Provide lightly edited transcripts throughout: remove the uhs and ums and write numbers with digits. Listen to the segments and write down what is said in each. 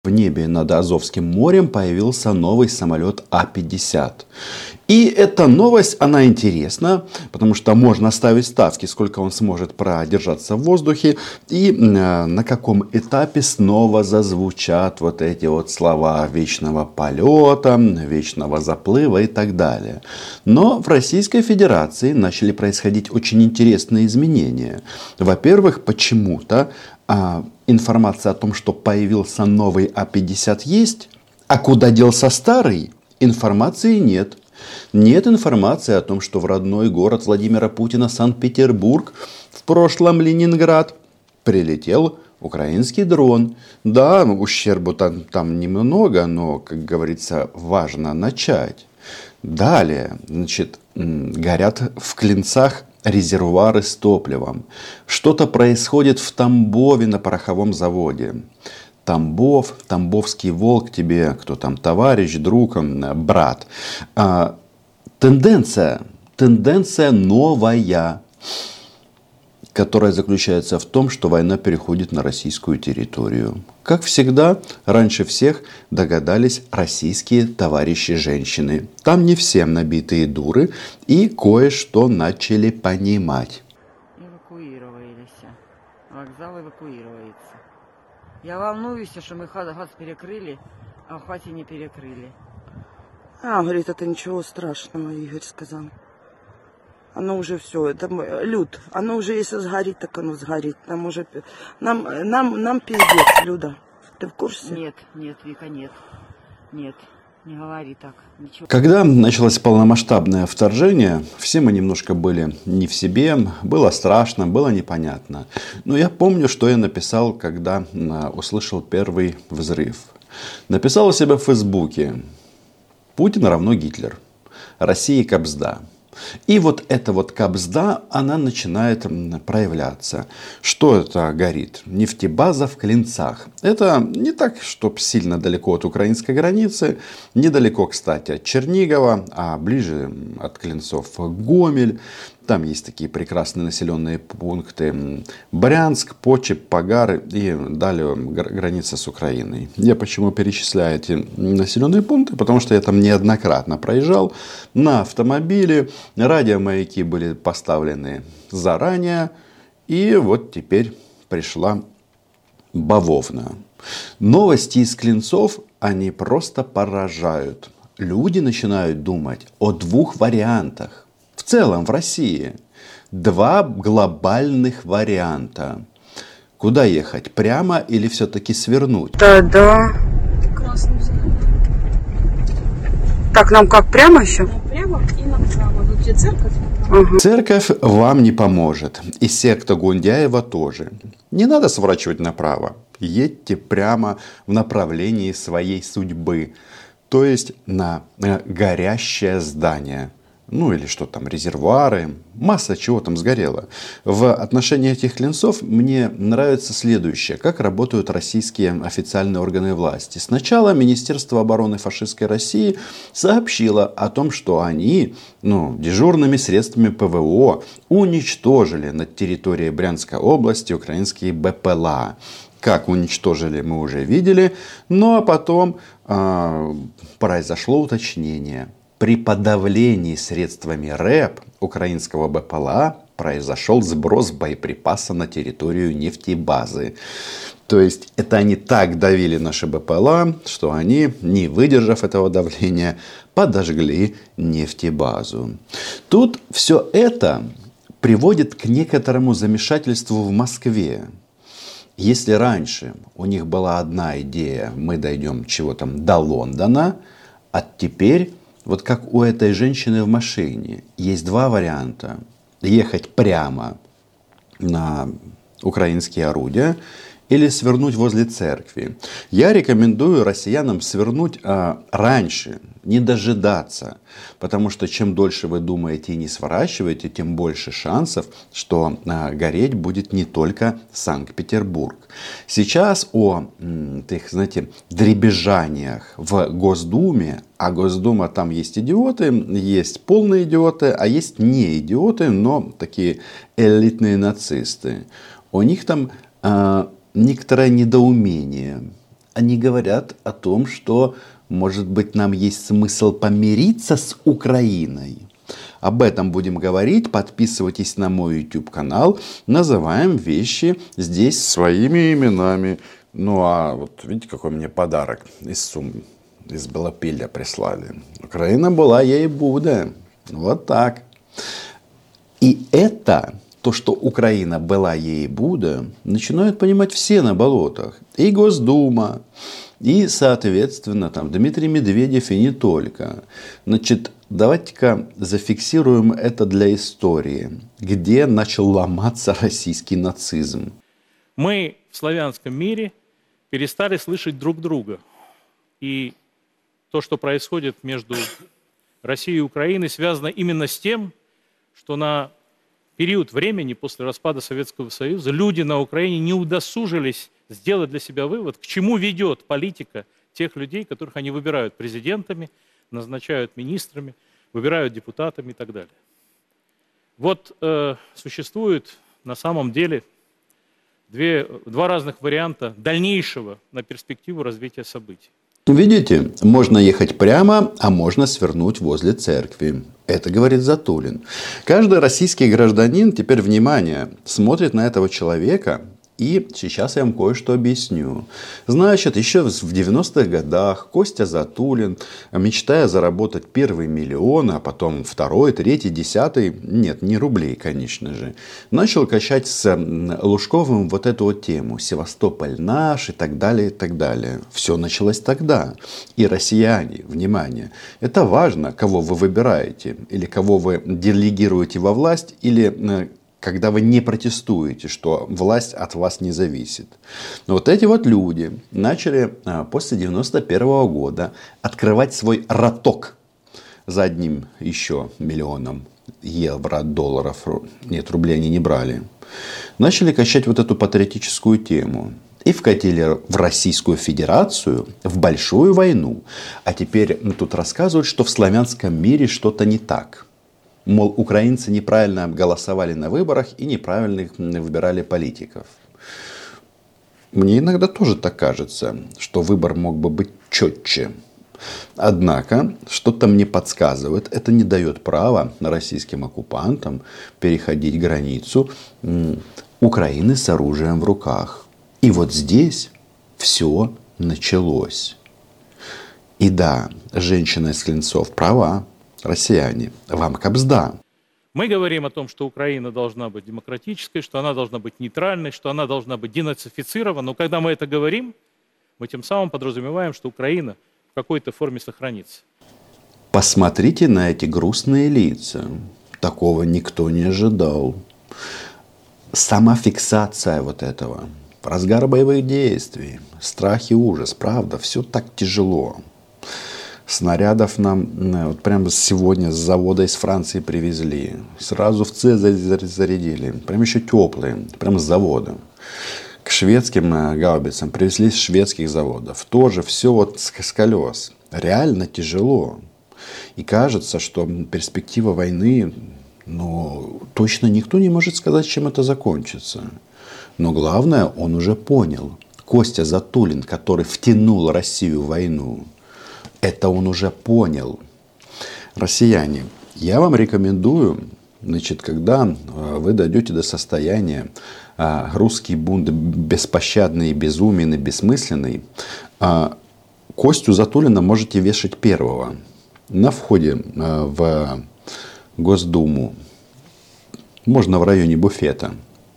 В небе над Азовским морем появился новый самолет А-50. И эта новость, она интересна, потому что можно ставить ставки, сколько он сможет продержаться в воздухе и на каком этапе снова зазвучат вот эти вот слова вечного полета, вечного заплыва и так далее. Но в Российской Федерации начали происходить очень интересные изменения. Во-первых, почему-то информация о том, что появился новый А-50 есть, а куда делся старый, информации нет. Нет информации о том, что в родной город Владимира Путина, Санкт-Петербург, в прошлом Ленинград, прилетел украинский дрон. Да, ущербу там немного, но, как говорится, важно начать. Далее, горят в Клинцах резервуары с топливом. Что-то происходит в Тамбове на пороховом заводе. Тамбов, Тамбовский волк тебе, кто там, товарищ, друг, брат. Тенденция новая, которая заключается в том, что война переходит на российскую территорию. Как всегда, раньше всех догадались российские товарищи-женщины. Там не всем набитые дуры и кое-что начали понимать. Эвакуировались. Вокзал эвакуируется. Я волнуюсь, что мы газ перекрыли, а в хате не перекрыли. Говорит, это ничего страшного, Игорь сказал. Оно уже все, это Люд, оно уже если сгорит, так оно сгорит. Нам уже, нам пиздец, Люда. Ты в курсе? Нет, Вика, нет. Нет, не говори так. Ничего. Когда началось полномасштабное вторжение, все мы немножко были не в себе, было страшно, было непонятно. Но я помню, что я написал, когда услышал первый взрыв. Написал у себя в Фейсбуке: Путин равно Гитлер, Россия кабзда. И вот эта вот кабзда, она начинает проявляться. Что это горит? Нефтебаза в Клинцах. Это не так, чтобы сильно далеко от украинской границы. Недалеко, кстати, от Чернигова, а ближе от Клинцов Гомель. Там есть такие прекрасные населенные пункты: Брянск, Почеп, Погар и далее граница с Украиной. Я почему перечисляю эти населенные пункты? Потому что я там неоднократно проезжал на автомобиле. Радиомаяки были поставлены заранее. И вот теперь пришла бавовна. Новости из Клинцов, они просто поражают. Люди начинают думать о двух вариантах. В целом в России два глобальных варианта. Куда ехать? Прямо или все-таки свернуть? Да. Так, нам как, прямо еще? Прямо и направо. Тут где церковь? Церковь вам не поможет. И секта Гундяева тоже. Не надо сворачивать направо. Едьте прямо в направлении своей судьбы. То есть на горящее здание. Ну или что там, резервуары, масса чего там сгорело. В отношении этих Клинцов мне нравится следующее. Как работают российские официальные органы власти. Сначала Министерство обороны фашистской России сообщило о том, что они дежурными средствами ПВО уничтожили над территорией Брянской области украинские БПЛА. Как уничтожили, мы уже видели. Ну а потом произошло уточнение. При подавлении средствами РЭП украинского БПЛА произошел сброс боеприпаса на территорию нефтебазы. То есть это они так давили наши БПЛА, что они, не выдержав этого давления, подожгли нефтебазу. Тут все это приводит к некоторому замешательству в Москве. Если раньше у них была одна идея, мы дойдем чего там до Лондона, а теперь... Вот как у этой женщины в машине. Есть два варианта. Ехать прямо на украинские орудия или свернуть возле церкви. Я рекомендую россиянам свернуть раньше, не дожидаться. Потому что чем дольше вы думаете и не сворачиваете, тем больше шансов, что гореть будет не только Санкт-Петербург. Сейчас о дребезжаниях в Госдуме, а Госдума там есть идиоты, есть полные идиоты, а есть не идиоты, но такие элитные нацисты. У них там некоторое недоумение. Они говорят о том, что, может быть, нам есть смысл помириться с Украиной. Об этом будем говорить. Подписывайтесь на мой YouTube-канал. Называем вещи здесь своими именами. Ну, а вот видите, какой мне подарок из Белопилля прислали. Украина была, ей будет. Вот так. И это, то, что Украина была, ей будет, начинают понимать все на болотах. И Госдума, и, соответственно, там Дмитрий Медведев, и не только. Значит, давайте-ка зафиксируем это для истории. Где начал ломаться российский нацизм? Мы в славянском мире перестали слышать друг друга. И то, что происходит между Россией и Украиной, связано именно с тем, что на период времени после распада Советского Союза люди на Украине не удосужились сделать для себя вывод, к чему ведет политика тех людей, которых они выбирают президентами, назначают министрами, выбирают депутатами и так далее. Вот существует на самом деле два разных варианта дальнейшего на перспективу развития событий. Видите, можно ехать прямо, а можно свернуть возле церкви. Это говорит Затулин. Каждый российский гражданин, теперь внимание, смотрит на этого человека. И сейчас я вам кое-что объясню. Значит, еще в 90-х годах Костя Затулин, мечтая заработать первый миллион, а потом второй, третий, десятый, нет, не рублей, конечно же, начал качать с Лужковым вот эту вот тему. Севастополь наш и так далее, и так далее. Все началось тогда. И россияне, внимание, это важно, кого вы выбираете, или кого вы делегируете во власть, или когда вы не протестуете, что власть от вас не зависит. Но вот эти вот люди начали после 91 года открывать свой роток за одним еще миллионом евро, долларов. Нет, рублей они не брали. Начали качать вот эту патриотическую тему. И вкатили в Российскую Федерацию в большую войну. А теперь тут рассказывают, что в славянском мире что-то не так. Мол, украинцы неправильно голосовали на выборах и неправильно выбирали политиков. Мне иногда тоже так кажется, что выбор мог бы быть четче. Однако, что-то мне подсказывает, это не дает права российским оккупантам переходить границу Украины с оружием в руках. И вот здесь все началось. И да, женщина из Клинцов права. Россияне, вам кабзда. Мы говорим о том, что Украина должна быть демократической, что она должна быть нейтральной, что она должна быть денацифицирована. Но когда мы это говорим, мы тем самым подразумеваем, что Украина в какой-то форме сохранится. Посмотрите на эти грустные лица. Такого никто не ожидал. Сама фиксация вот этого. Разгар боевых действий. Страх и ужас. Правда, все так тяжело. Снарядов нам вот прямо сегодня с завода из Франции привезли. Сразу в Цезарь зарядили. Прям еще теплые. Прямо с завода. К шведским гаубицам привезли с шведских заводов. Тоже все вот с колес. Реально тяжело. И кажется, что перспектива войны, точно никто не может сказать, чем это закончится. Но главное, он уже понял. Костя Затулин, который втянул Россию в войну, это он уже понял. Россияне, я вам рекомендую, когда вы дойдете до состояния русский бунт беспощадный, безумен и бессмысленный, Костю Затулина можете вешать первого на входе в Госдуму. Можно в районе буфета.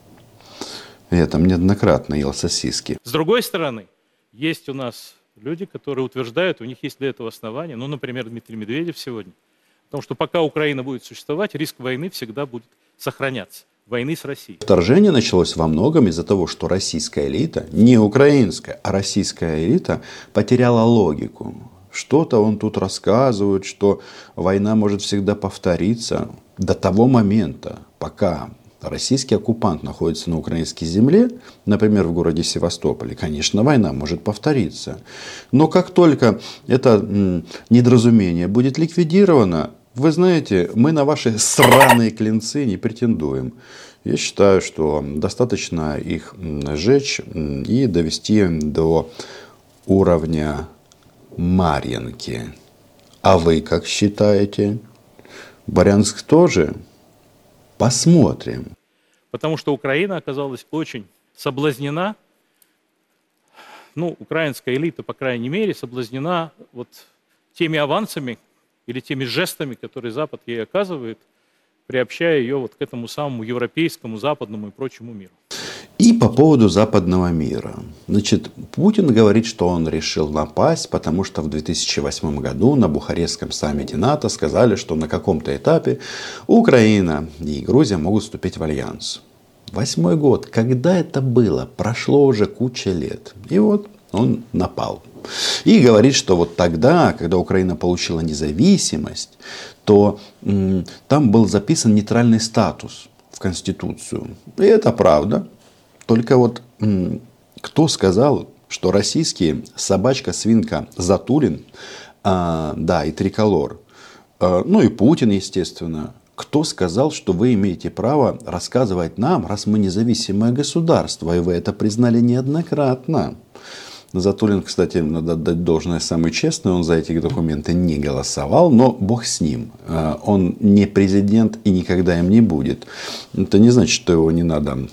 Я там неоднократно ел сосиски. С другой стороны, есть у нас люди, которые утверждают, у них есть для этого основания, например, Дмитрий Медведев сегодня, о том, что пока Украина будет существовать, риск войны всегда будет сохраняться. Войны с Россией. Вторжение началось во многом из-за того, что российская элита, не украинская, а российская элита потеряла логику. Что-то он тут рассказывает, что война может всегда повториться до того момента, пока российский оккупант находится на украинской земле, например, в городе Севастополе, конечно, война может повториться. Но как только это недоразумение будет ликвидировано, вы знаете, мы на ваши сраные клинцы не претендуем. Я считаю, что достаточно их сжечь и довести до уровня Марьинки. А вы как считаете? Брянск тоже? Посмотрим. Потому что Украина оказалась очень соблазнена, украинская элита, по крайней мере, соблазнена вот теми авансами или теми жестами, которые Запад ей оказывает, приобщая ее вот к этому самому европейскому, западному и прочему миру. И по поводу западного мира. Значит, Путин говорит, что он решил напасть, потому что в 2008 году на Бухарестском саммите НАТО сказали, что на каком-то этапе Украина и Грузия могут вступить в альянс. 8-й год. Когда это было? Прошло уже куча лет. И вот он напал. И говорит, что вот тогда, когда Украина получила независимость, то там был записан нейтральный статус в Конституцию. И это правда. Только вот кто сказал, что российские собачка, свинка Затулин, и Триколор, и Путин, естественно, кто сказал, что вы имеете право рассказывать нам, раз мы независимое государство, и вы это признали неоднократно? Затулин, кстати, надо отдать должное, самый честный, он за эти документы не голосовал, но бог с ним. Он не президент и никогда им не будет. Это не значит, что его не надо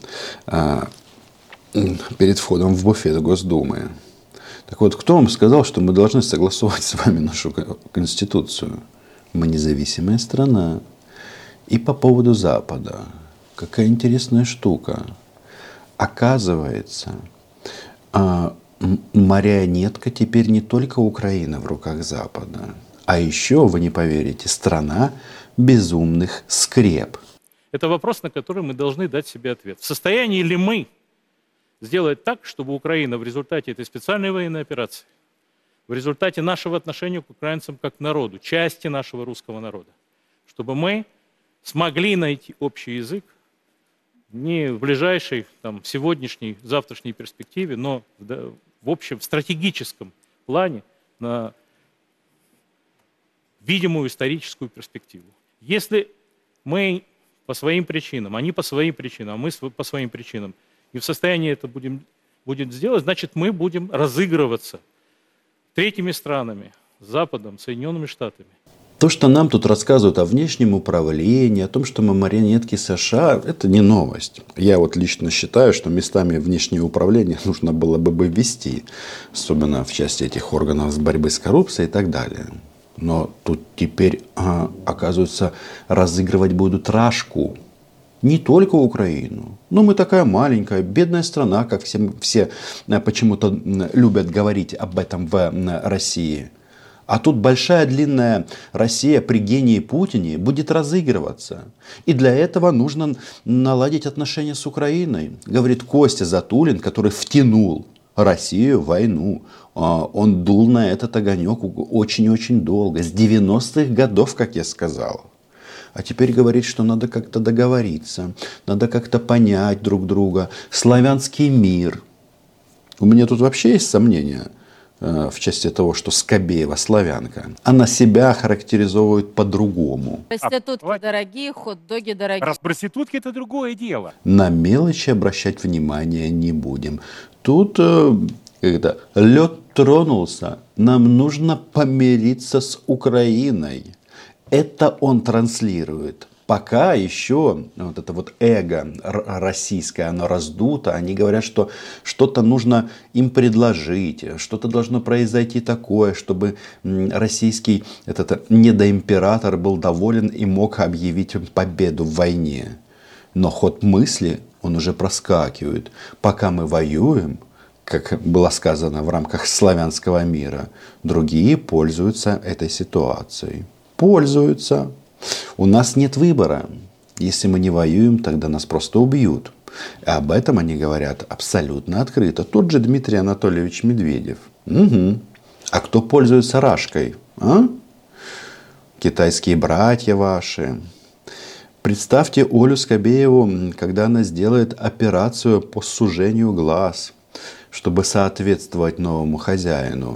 перед входом в буфет Госдумы. Так вот, кто вам сказал, что мы должны согласовать с вами нашу Конституцию? Мы независимая страна. И по поводу Запада. Какая интересная штука. Оказывается, марионетка теперь не только Украина в руках Запада, а еще, вы не поверите, страна безумных скреп. Это вопрос, на который мы должны дать себе ответ. В состоянии ли мы сделать так, чтобы Украина в результате этой специальной военной операции, в результате нашего отношения к украинцам как к народу, части нашего русского народа, чтобы мы смогли найти общий язык не в ближайшей, сегодняшней, завтрашней перспективе, но в общем, в стратегическом плане на видимую историческую перспективу. Если мы по своим причинам, они по своим причинам, а мы по своим причинам не в состоянии это будем сделать, значит, мы будем разыгрываться третьими странами, Западом, Соединенными Штатами. То, что нам тут рассказывают о внешнем управлении, о том, что мы марионетки США, это не новость. Я вот лично считаю, что местами внешнее управление нужно было бы ввести, особенно в части этих органов борьбы с коррупцией и так далее. Но тут теперь, оказывается, разыгрывать будут рашку. Не только Украину. Но мы такая маленькая, бедная страна, как все почему-то любят говорить об этом в России. А тут большая длинная Россия при гении Путине будет разыгрываться. И для этого нужно наладить отношения с Украиной. Говорит Костя Затулин, который втянул Россию в войну. Он дул на этот огонек очень-очень долго. С 90-х годов, как я сказал. А теперь говорит, что надо как-то договориться. Надо как-то понять друг друга. Славянский мир. У меня тут вообще есть сомнения в части того, что Скобеева славянка. Она себя характеризовывает по-другому. Проститутки дорогие, хот-доги дорогие. Раз проститутки, это другое дело. На мелочи обращать внимание не будем. Тут лед тронулся. Нам нужно помириться с Украиной. Это он транслирует. Пока еще вот это вот эго российское, оно раздуто. Они говорят, что что-то нужно им предложить, что-то должно произойти такое, чтобы российский этот недоимператор был доволен и мог объявить победу в войне. Но ход мысли, он уже проскакивает. Пока мы воюем, как было сказано в рамках славянского мира, другие пользуются этой ситуацией. Пользуются. У нас нет выбора. Если мы не воюем, тогда нас просто убьют. И об этом они говорят абсолютно открыто. Тот же Дмитрий Анатольевич Медведев. Угу. А кто пользуется рашкой? Китайские братья ваши. Представьте Олю Скобееву, когда она сделает операцию по сужению глаз, чтобы соответствовать новому хозяину.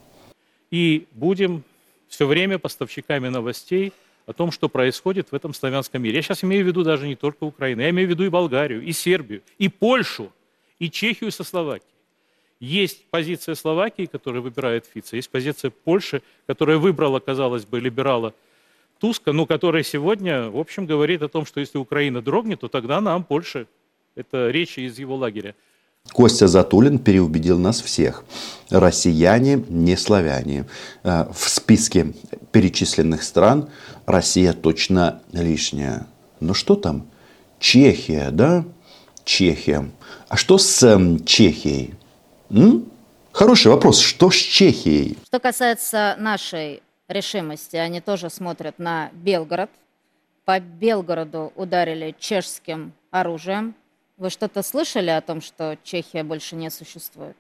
И будем все время поставщиками новостей о том, что происходит в этом славянском мире. Я сейчас имею в виду даже не только Украину, я имею в виду и Болгарию, и Сербию, и Польшу, и Чехию со Словакией. Есть позиция Словакии, которая выбирает Фица, есть позиция Польши, которая выбрала, казалось бы, либерала Туска, но который сегодня, в общем, говорит о том, что если Украина дрогнет, то тогда нам Польша. Это речь из его лагеря. Костя Затулин переубедил нас всех. Россияне не славяне. В списке перечисленных стран Россия точно лишняя. Но что там? Чехия, да? Чехия. А что с Чехией? Хороший вопрос. Что с Чехией? Что касается нашей решимости, они тоже смотрят на Белгород. По Белгороду ударили чешским оружием. Вы что-то слышали о том, что Чехия больше не существует?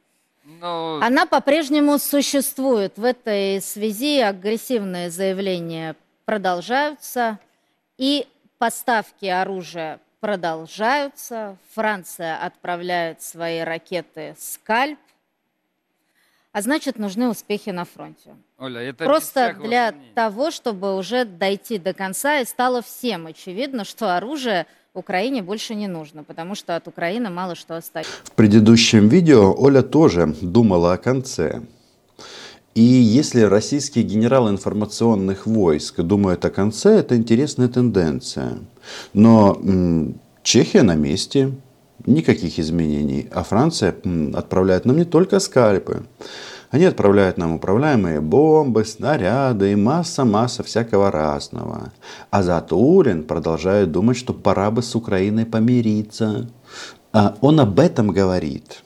Она по-прежнему существует. В этой связи агрессивные заявления продолжаются, и поставки оружия продолжаются. Франция отправляет свои ракеты «Скальп», а значит, нужны успехи на фронте. Оля, это просто для того, чтобы уже дойти до конца, и стало всем очевидно, что оружие Украине больше не нужно, потому что от Украины мало что остается. В предыдущем видео Оля тоже думала о конце. И если российские генералы информационных войск думают о конце, это интересная тенденция. Но Чехия на месте, никаких изменений. А Франция отправляет нам не только скальпы. Они отправляют нам управляемые бомбы, снаряды и масса всякого разного. А Затулин продолжает думать, что пора бы с Украиной помириться. Он об этом говорит.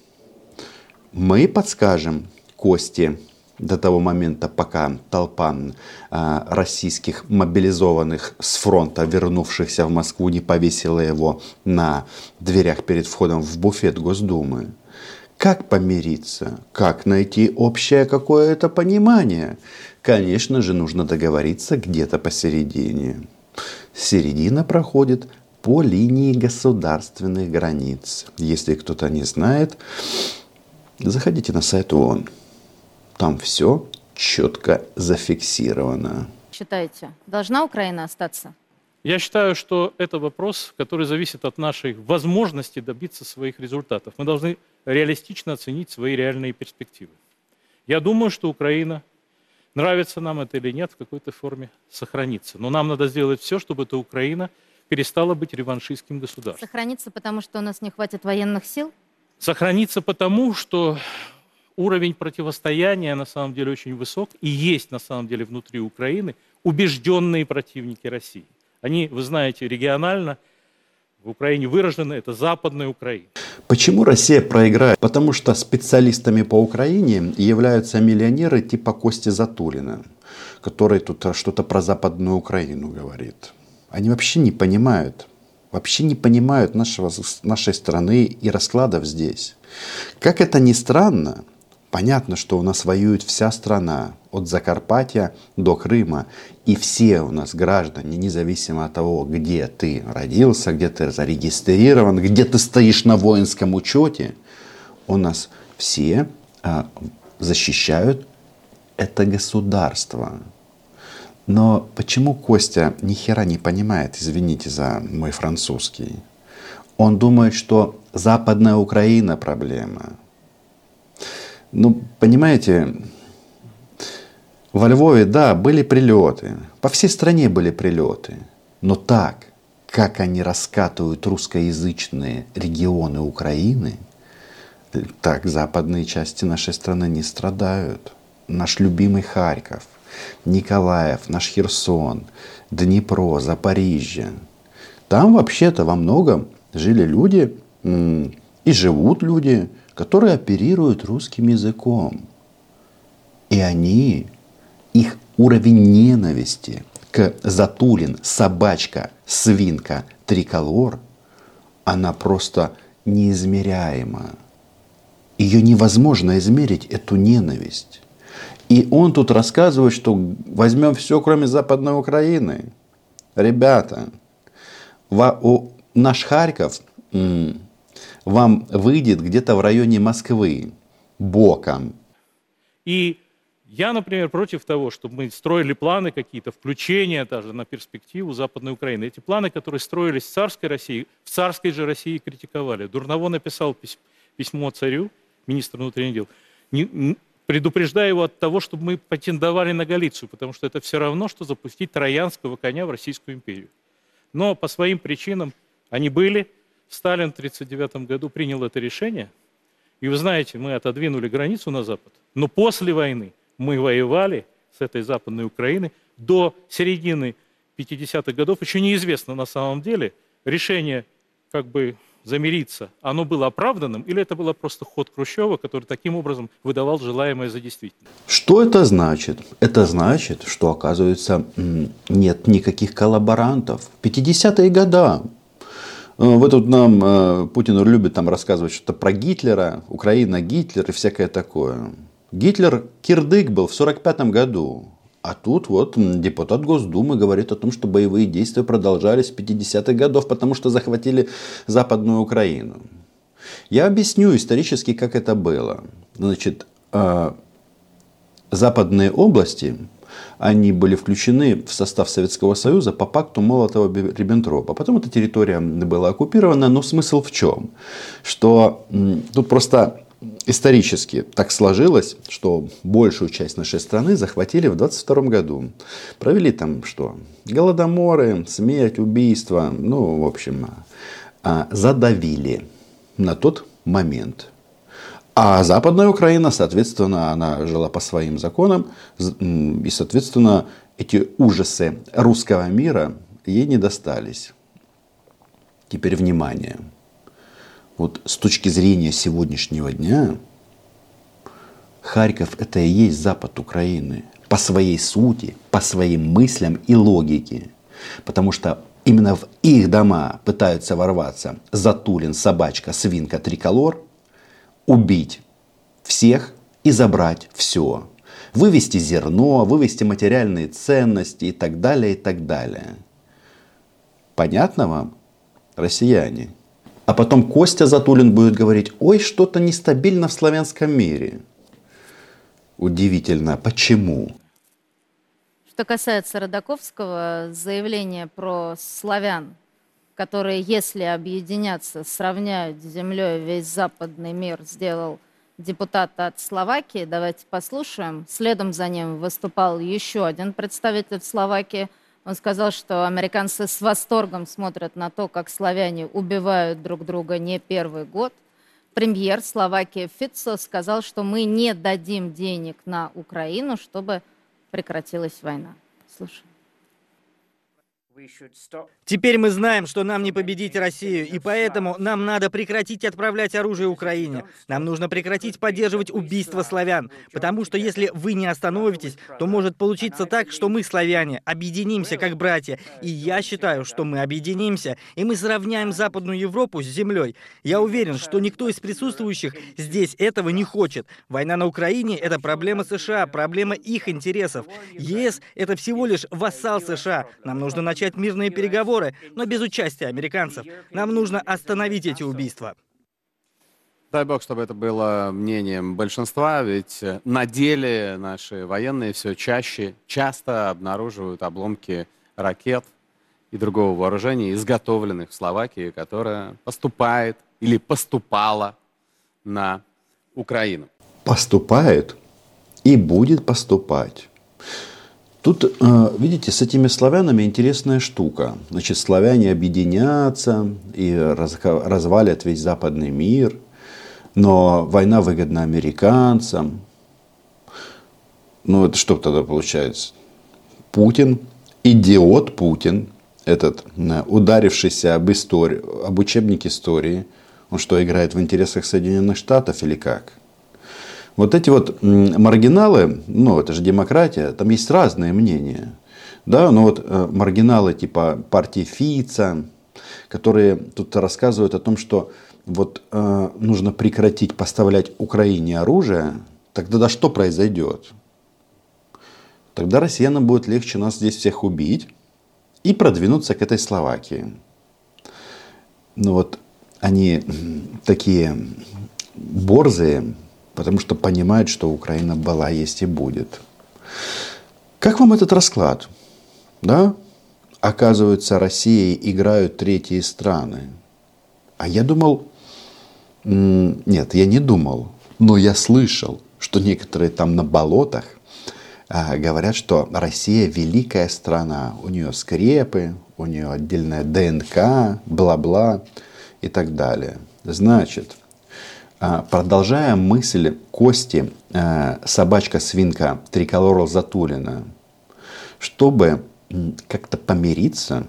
Мы подскажем Косте до того момента, пока толпа российских мобилизованных с фронта, вернувшихся в Москву, не повесила его на дверях перед входом в буфет Госдумы. Как помириться? Как найти общее какое-то понимание? Конечно же, нужно договориться где-то посередине. Середина проходит по линии государственных границ. Если кто-то не знает, заходите на сайт ООН. Там все четко зафиксировано. Считаете, должна Украина остаться? Я считаю, что это вопрос, который зависит от нашей возможности добиться своих результатов. Мы должны реалистично оценить свои реальные перспективы. Я думаю, что Украина, нравится нам это или нет, в какой-то форме сохранится. Но нам надо сделать все, чтобы эта Украина перестала быть реваншистским государством. Сохранится, потому что у нас не хватит военных сил? Сохранится потому, что уровень противостояния на самом деле очень высок. И есть на самом деле внутри Украины убежденные противники России. Они, вы знаете, регионально в Украине выражены, это Западная Украина. Почему Россия проиграет? Потому что специалистами по Украине являются миллионеры типа Кости Затулина, который тут что-то про Западную Украину говорит. Они вообще не понимают нашей страны и раскладов здесь. Как это ни странно, понятно, что у нас воюет вся страна, от Закарпатья до Крыма. И все у нас граждане, независимо от того, где ты родился, где ты зарегистрирован, где ты стоишь на воинском учете, у нас все защищают это государство. Но почему Костя ни хера не понимает, извините за мой французский? Он думает, что Западная Украина проблема. Ну, понимаете, во Львове, да, были прилеты. По всей стране были прилеты. Но так, как они раскатывают русскоязычные регионы Украины, так западные части нашей страны не страдают. Наш любимый Харьков, Николаев, наш Херсон, Днепро, Запорожье. Там вообще-то во многом жили люди и живут люди, которые оперируют русским языком. И их уровень ненависти к Затулин, собачка, свинка, триколор, она просто неизмеряема. Ее невозможно измерить, эту ненависть. И он тут рассказывает, что возьмем все, кроме Западной Украины. Ребята, наш Харьков вам выйдет где-то в районе Москвы, боком. И я, например, против того, чтобы мы строили планы какие-то, включения даже на перспективу Западной Украины. Эти планы, которые строились в царской России, в царской же России критиковали. Дурново написал письмо царю, министр внутренних дел, предупреждаю его от того, чтобы мы претендовали на Галицию, потому что это все равно, что запустить троянского коня в Российскую империю. Но по своим причинам они были. Сталин в 1939 году принял это решение. И вы знаете, мы отодвинули границу на Запад. Но после войны мы воевали с этой Западной Украиной до середины 50-х годов. Еще неизвестно на самом деле, решение как бы замириться, оно было оправданным, или это было просто ход Хрущева, который таким образом выдавал желаемое за действительное? Что это значит? Это значит, что, оказывается, нет никаких коллаборантов. 50-е годы. Вот тут нам Путин любит там рассказывать что-то про Гитлера, Украина, Гитлер и всякое такое. Гитлер кирдык был в 1945 году. А тут вот депутат Госдумы говорит о том, что боевые действия продолжались с 50-х годов, потому что захватили Западную Украину. Я объясню исторически, как это было. Значит, западные области, они были включены в состав Советского Союза по пакту Молотова-Риббентропа. Потом эта территория была оккупирована, но смысл в чем? Что тут просто исторически так сложилось, что большую часть нашей страны захватили в 1922 году. Провели там что? Голодоморы, смерть, убийства. Ну, в общем, задавили на тот момент. А Западная Украина, соответственно, она жила по своим законам. И, соответственно, эти ужасы русского мира ей не достались. Теперь внимание. Вот с точки зрения сегодняшнего дня, Харьков это и есть Запад Украины. По своей сути, по своим мыслям и логике. Потому что именно в их дома пытаются ворваться Затулин, собачка, свинка, триколор, убить всех и забрать все. Вывести зерно, вывести материальные ценности и так далее, и так далее. Понятно вам, россияне? А потом Костя Затулин будет говорить: ой, что-то нестабильно в славянском мире. Удивительно. Почему? Что касается Родаковского, заявление про славян, которые, если объединятся, сравняют с землей весь западный мир, сделал депутат от Словакии. Давайте послушаем. Следом за ним выступал еще один представитель Словакии. Он сказал, что американцы с восторгом смотрят на то, как славяне убивают друг друга не первый год. Премьер Словакии Фицо сказал, что мы не дадим денег на Украину, чтобы прекратилась война. Слушаем. Теперь мы знаем, что нам не победить Россию, и поэтому нам надо прекратить отправлять оружие Украине. Нам нужно прекратить поддерживать убийство славян, потому что если вы не остановитесь, то может получиться так, что мы, славяне, объединимся как братья. И я считаю, что мы объединимся, и мы сравняем Западную Европу с землей. Я уверен, что никто из присутствующих здесь этого не хочет. Война на Украине — это проблема США, проблема их интересов. ЕС — это всего лишь вассал США. Нам нужно начать мирные переговоры, но без участия американцев. Нам нужно остановить эти убийства. Дай бог, чтобы это было мнением большинства, ведь на деле наши военные все часто обнаруживают обломки ракет и другого вооружения, изготовленных в Словакии, которое поступает или поступало на Украину. Поступает и будет поступать. Тут, видите, с этими славянами интересная штука. Значит, славяне объединятся и развалят весь западный мир. Но война выгодна американцам. Ну, это что тогда получается? Путин, идиот Путин, этот ударившийся об учебник истории, он что, играет в интересах Соединенных Штатов или как? Вот эти вот маргиналы, ну это же демократия, там есть разные мнения. Да, но вот маргиналы типа партии Фица, которые тут рассказывают о том, что вот нужно прекратить поставлять Украине оружие, тогда что произойдет? Тогда россиянам будет легче нас здесь всех убить и продвинуться к этой Словакии. Ну вот они такие борзые, потому что понимают, что Украина была, есть и будет. Как вам этот расклад? Да? Оказывается, Россией играют третьи страны. А я думал... Нет, я не думал. Но я слышал, что некоторые там на болотах говорят, что Россия великая страна. У нее скрепы, у нее отдельная ДНК, бла-бла и так далее. Значит, продолжая мысль Кости, собачка-свинка Триколора Затулина, чтобы как-то помириться,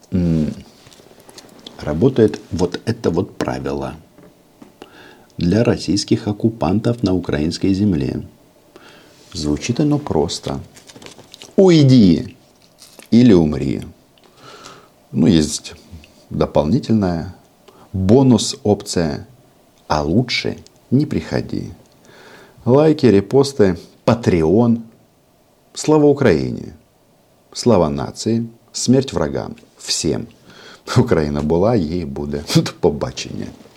работает вот это вот правило для российских оккупантов на украинской земле. Звучит оно просто. Уйди или умри. Ну, есть дополнительная бонус-опция. А лучше не приходи. Лайки, репосты, Patreon. Слава Украине. Слава нації. Смерть врагам. Всім. Україна була, їй буде. До побачення.